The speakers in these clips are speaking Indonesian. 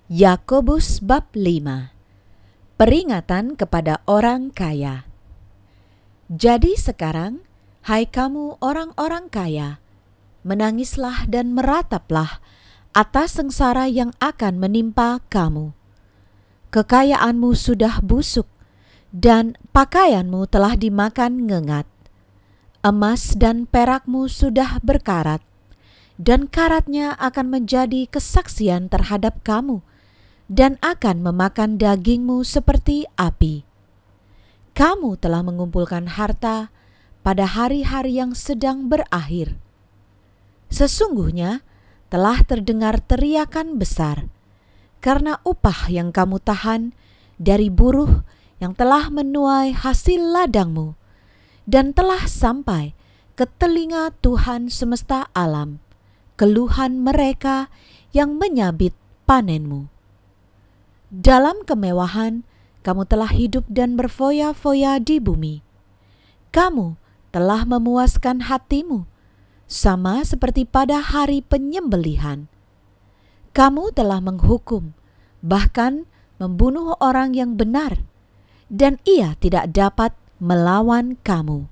Yakobus bab 5. Peringatan kepada orang kaya. Jadi sekarang, hai kamu orang-orang kaya, menangislah dan merataplah atas sengsara yang akan menimpa kamu. Kekayaanmu sudah busuk, dan pakaianmu telah dimakan ngengat. Emas dan perakmu sudah berkarat, dan karatnya akan menjadi kesaksian terhadap kamu, dan akan memakan dagingmu seperti api. Kamu telah mengumpulkan harta pada hari-hari yang sedang berakhir. Sesungguhnya telah terdengar teriakan besar, karena upah yang kamu tahan dari buruh yang telah menuai hasil ladangmu, dan telah sampai ke telinga Tuhan semesta alam, keluhan mereka yang menyabit panenmu. Dalam kemewahan, kamu telah hidup dan berfoya-foya di bumi. Kamu telah memuaskan hatimu, sama seperti pada hari penyembelihan. Kamu telah menghukum, bahkan membunuh orang yang benar, dan ia tidak dapat melawan kamu.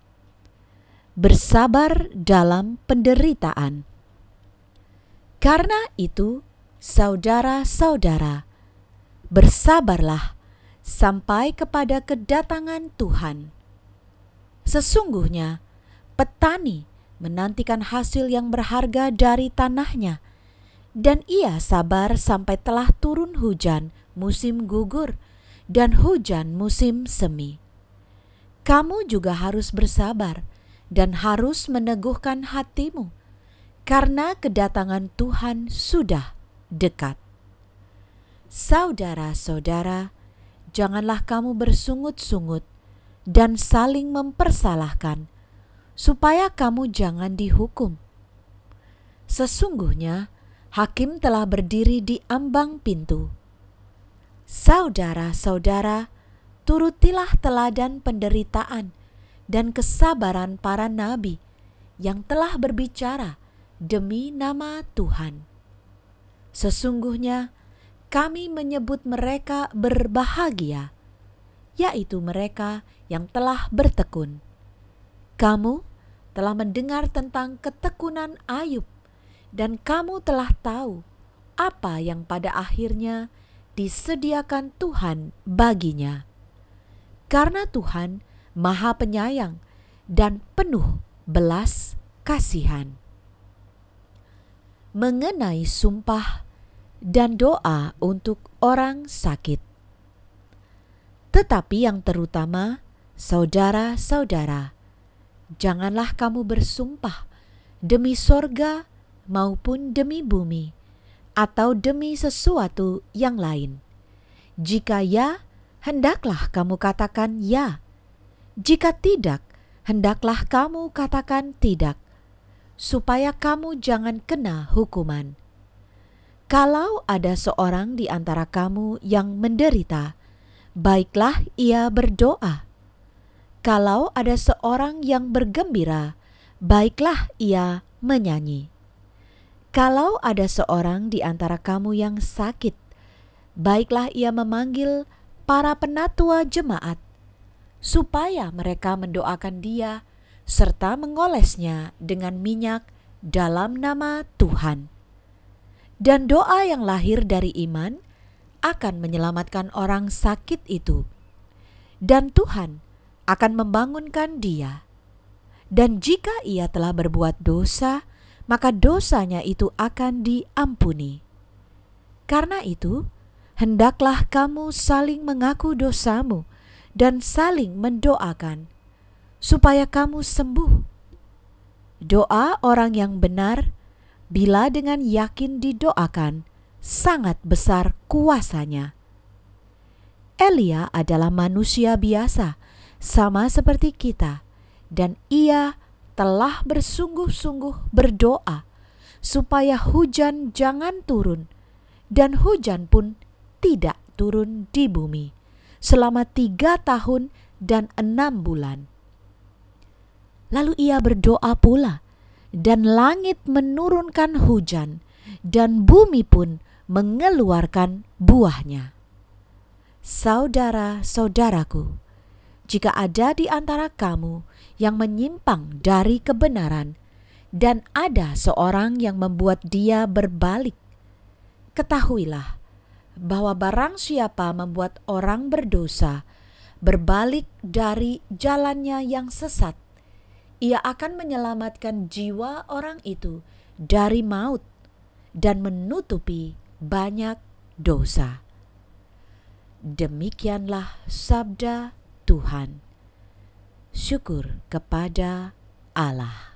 Bersabar dalam penderitaan. Karena itu, saudara-saudara, bersabarlah sampai kepada kedatangan Tuhan. Sesungguhnya petani menantikan hasil yang berharga dari tanahnya, dan ia sabar sampai telah turun hujan musim gugur dan hujan musim semi. Kamu juga harus bersabar dan harus meneguhkan hatimu, karena kedatangan Tuhan sudah dekat. Saudara-saudara, janganlah kamu bersungut-sungut dan saling mempersalahkan, supaya kamu jangan dihukum. Sesungguhnya hakim telah berdiri di ambang pintu. Saudara-saudara, turutilah teladan penderitaan dan kesabaran para nabi yang telah berbicara demi nama Tuhan. Sesungguhnya kami menyebut mereka berbahagia, yaitu mereka yang telah bertekun. Kamu telah mendengar tentang ketekunan Ayub, dan kamu telah tahu apa yang pada akhirnya disediakan Tuhan baginya. Karena Tuhan Maha Penyayang dan penuh belas kasihan. Mengenai sumpah dan doa untuk orang sakit. Tetapi yang terutama, saudara-saudara, janganlah kamu bersumpah demi sorga maupun demi bumi, atau demi sesuatu yang lain. Jika ya, hendaklah kamu katakan ya. Jika tidak, hendaklah kamu katakan tidak, supaya kamu jangan kena hukuman. Kalau ada seorang di antara kamu yang menderita, baiklah ia berdoa. Kalau ada seorang yang bergembira, baiklah ia menyanyi. Kalau ada seorang di antara kamu yang sakit, baiklah ia memanggil para penatua jemaat, supaya mereka mendoakan dia serta mengolesnya dengan minyak dalam nama Tuhan. Dan doa yang lahir dari iman akan menyelamatkan orang sakit itu, dan Tuhan akan membangunkan dia. Dan jika ia telah berbuat dosa, maka dosanya itu akan diampuni. Karena itu, hendaklah kamu saling mengaku dosamu dan saling mendoakan, supaya kamu sembuh. Doa orang yang benar, bila dengan yakin didoakan, sangat besar kuasanya. Elia adalah manusia biasa, sama seperti kita, dan ia telah bersungguh-sungguh berdoa supaya hujan jangan turun, dan hujan pun tidak turun di bumi selama 3 tahun dan 6 bulan. Lalu ia berdoa pula, dan langit menurunkan hujan, dan bumi pun mengeluarkan buahnya. Saudara-saudaraku, jika ada di antara kamu yang menyimpang dari kebenaran dan ada seorang yang membuat dia berbalik, ketahuilah bahwa barang siapa membuat orang berdosa berbalik dari jalannya yang sesat, ia akan menyelamatkan jiwa orang itu dari maut dan menutupi banyak dosa. Demikianlah sabda Tuhan. Syukur kepada Allah.